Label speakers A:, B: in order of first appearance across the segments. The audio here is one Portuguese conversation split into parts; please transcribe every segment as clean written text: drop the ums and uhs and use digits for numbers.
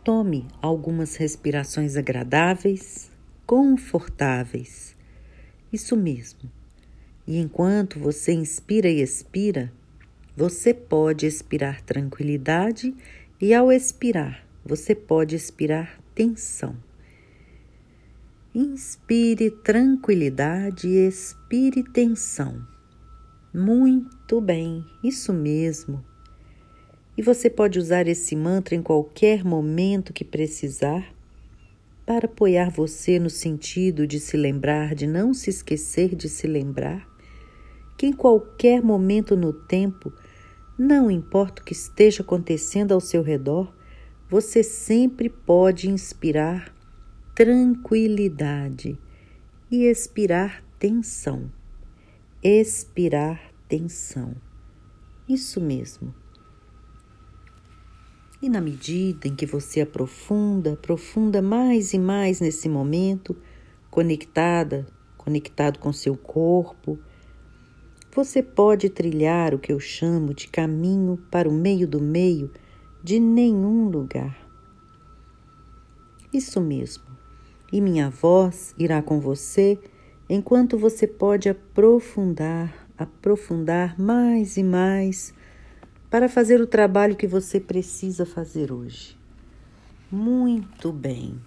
A: Tome algumas respirações agradáveis, confortáveis. Isso mesmo. E enquanto você inspira e expira, você pode expirar tranquilidade e ao expirar, você pode expirar tensão. Inspire tranquilidade e expire tensão. Muito bem, isso mesmo. E você pode usar esse mantra em qualquer momento que precisar para apoiar você no sentido de se lembrar, de não se esquecer de se lembrar, que em qualquer momento no tempo, não importa o que esteja acontecendo ao seu redor, você sempre pode inspirar tranquilidade e expirar tensão. Expirar tensão. Isso mesmo. E na medida em que você aprofunda mais e mais nesse momento, conectado com seu corpo, você pode trilhar o que eu chamo de caminho para o meio do meio de nenhum lugar. Isso mesmo. E minha voz irá com você enquanto você pode aprofundar mais e mais para fazer o trabalho que você precisa fazer hoje. Muito bem.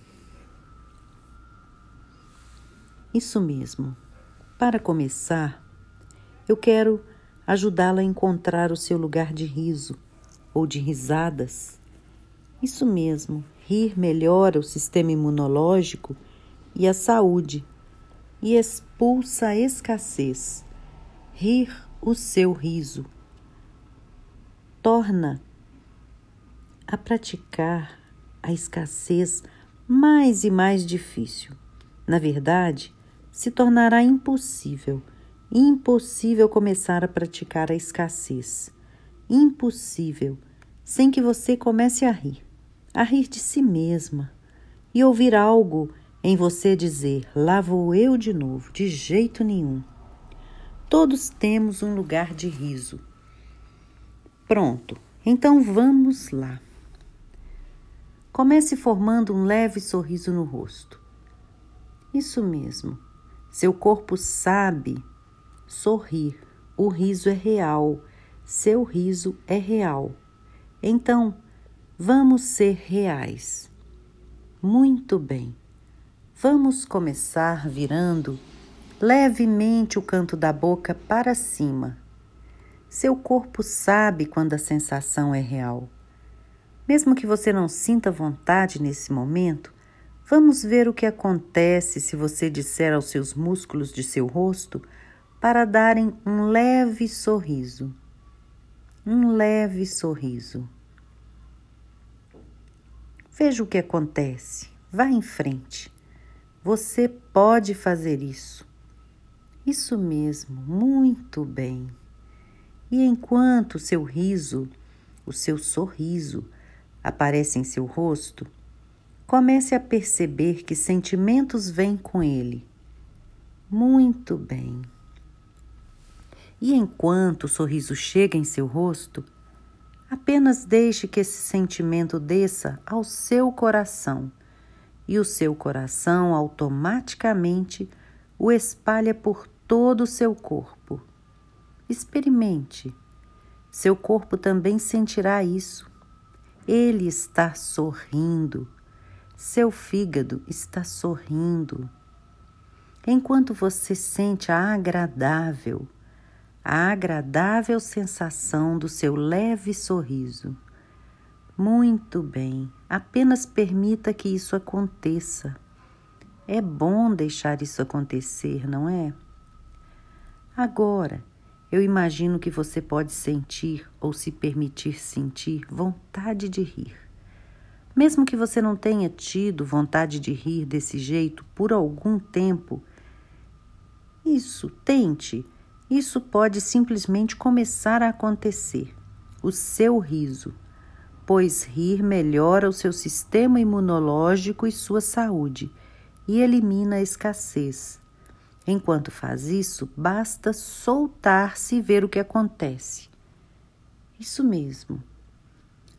A: Isso mesmo. Para começar, eu quero ajudá-la a encontrar o seu lugar de riso ou de risadas. Isso mesmo. Rir melhora o sistema imunológico e a saúde e expulsa a escassez. Rir o seu riso torna a praticar a escassez mais e mais difícil. Na verdade, se tornará impossível começar a praticar a escassez. Impossível, sem que você comece a rir de si mesma e ouvir algo em você dizer, lá vou eu de novo, de jeito nenhum. Todos temos um lugar de riso. Pronto, então vamos lá. Comece formando um leve sorriso no rosto. Isso mesmo, seu corpo sabe sorrir, o riso é real, seu riso é real. Então, vamos ser reais. Muito bem. Vamos começar virando levemente o canto da boca para cima. Seu corpo sabe quando a sensação é real. Mesmo que você não sinta vontade nesse momento, vamos ver o que acontece se você disser aos seus músculos de seu rosto para darem um leve sorriso. Um leve sorriso. Veja o que acontece. Vá em frente. Você pode fazer isso. Isso mesmo, muito bem. E enquanto o seu riso, o seu sorriso, aparece em seu rosto, comece a perceber que sentimentos vêm com ele. Muito bem. E enquanto o sorriso chega em seu rosto, apenas deixe que esse sentimento desça ao seu coração e o seu coração automaticamente o espalha por todo o seu corpo. Experimente. Seu corpo também sentirá isso. Ele está sorrindo. Seu fígado está sorrindo. Enquanto você sente a agradável sensação do seu leve sorriso. Muito bem, apenas permita que isso aconteça. É bom deixar isso acontecer, não é? Agora, eu imagino que você pode sentir ou se permitir sentir vontade de rir. Mesmo que você não tenha tido vontade de rir desse jeito por algum tempo, tente. Isso pode simplesmente começar a acontecer. O seu riso, pois rir melhora o seu sistema imunológico e sua saúde e elimina a escassez. Enquanto faz isso, basta soltar-se e ver o que acontece. Isso mesmo.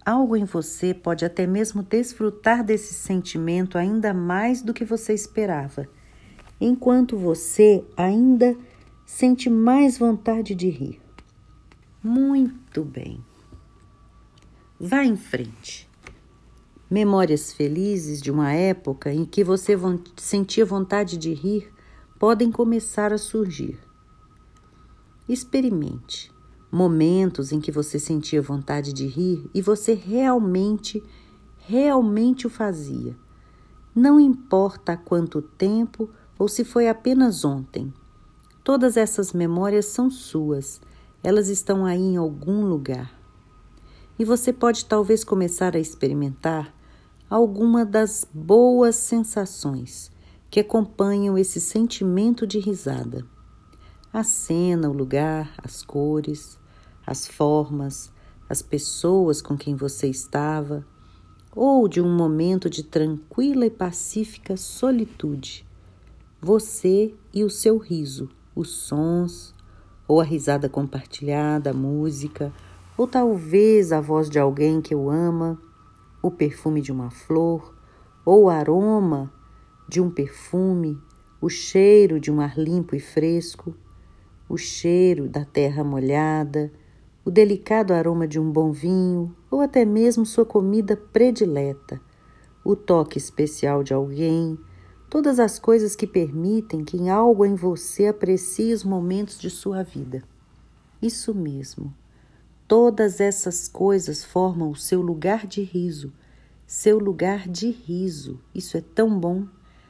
A: algo em você pode até mesmo desfrutar desse sentimento ainda mais do que você esperava, enquanto você ainda sente mais vontade de rir. Muito bem. Vá em frente. Memórias felizes de uma época em que você sentia vontade de rir podem começar a surgir. Experimente momentos em que você sentia vontade de rir e você realmente o fazia. Não importa há quanto tempo ou se foi apenas ontem. Todas essas memórias são suas, elas estão aí em algum lugar. E você pode talvez começar a experimentar alguma das boas sensações que acompanham esse sentimento de risada. A cena, o lugar, as cores, as formas, as pessoas com quem você estava, ou de um momento de tranquila e pacífica solitude. Você e o seu riso, os sons, ou a risada compartilhada, a música, ou talvez a voz de alguém que o ama, o perfume de uma flor, ou o aroma de um perfume, o cheiro de um ar limpo e fresco, o cheiro da terra molhada, o delicado aroma de um bom vinho, ou até mesmo sua comida predileta, o toque especial de alguém, todas as coisas que permitem que algo em você aprecie os momentos de sua vida. Isso mesmo. Todas essas coisas formam o seu lugar de riso. Seu lugar de riso. Isso é tão bom,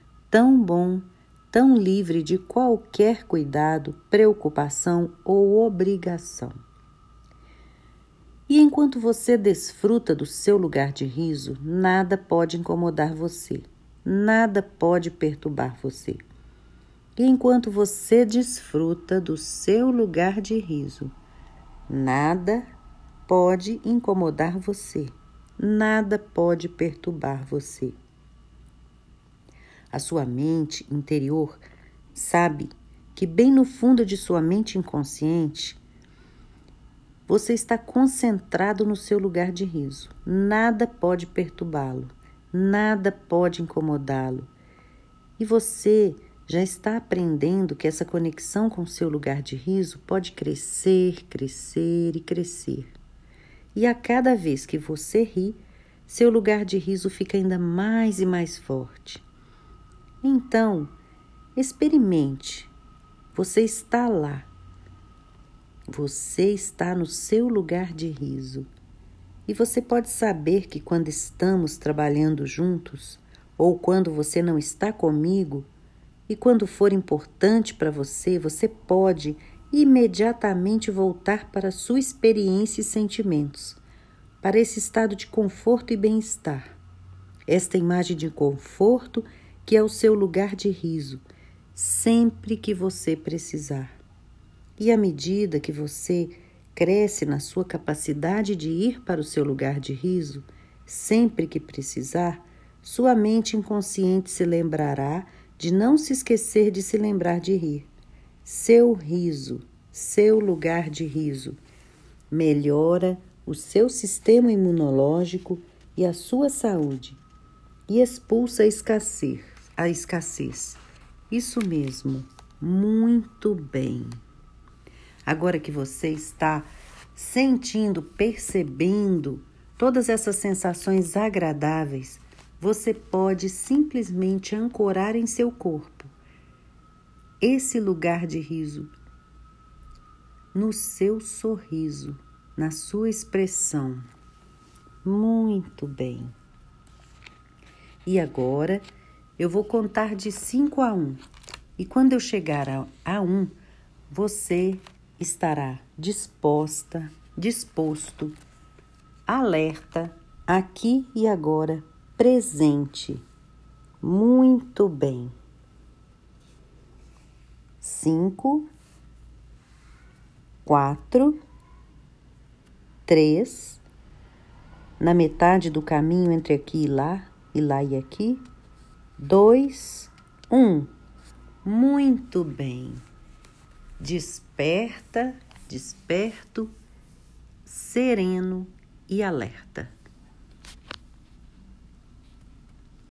A: tão livre de qualquer cuidado, preocupação ou obrigação. E enquanto você desfruta do seu lugar de riso, nada pode incomodar você, nada pode perturbar você. E enquanto você desfruta do seu lugar de riso, nada pode incomodar você, nada pode perturbar você. A sua mente interior sabe que bem no fundo de sua mente inconsciente, você está concentrado no seu lugar de riso. Nada pode perturbá-lo, nada pode incomodá-lo. E você já está aprendendo que essa conexão com o seu lugar de riso pode crescer, crescer e crescer. E a cada vez que você ri, seu lugar de riso fica ainda mais e mais forte. Então, experimente. Você está lá. Você está no seu lugar de riso. E você pode saber que quando estamos trabalhando juntos, ou quando você não está comigo, e quando for importante para você, você pode imediatamente voltar para a sua experiência e sentimentos, para esse estado de conforto e bem-estar. Esta imagem de conforto que é o seu lugar de riso, sempre que você precisar. E à medida que você cresce na sua capacidade de ir para o seu lugar de riso, sempre que precisar, sua mente inconsciente se lembrará de não se esquecer de se lembrar de rir. Seu riso, seu lugar de riso, melhora o seu sistema imunológico e a sua saúde e expulsa a escassez. Isso mesmo, muito bem. Agora que você está sentindo, percebendo todas essas sensações agradáveis, você pode simplesmente ancorar em seu corpo esse lugar de riso, no seu sorriso, na sua expressão. Muito bem. E agora eu vou contar de 5 a 1. E quando eu chegar a 1, você estará disposto, alerta, aqui e agora, presente. Muito bem. 5, 4, 3, na metade do caminho entre aqui e lá e aqui, 2, 1. Muito bem. Desperto, sereno e alerta.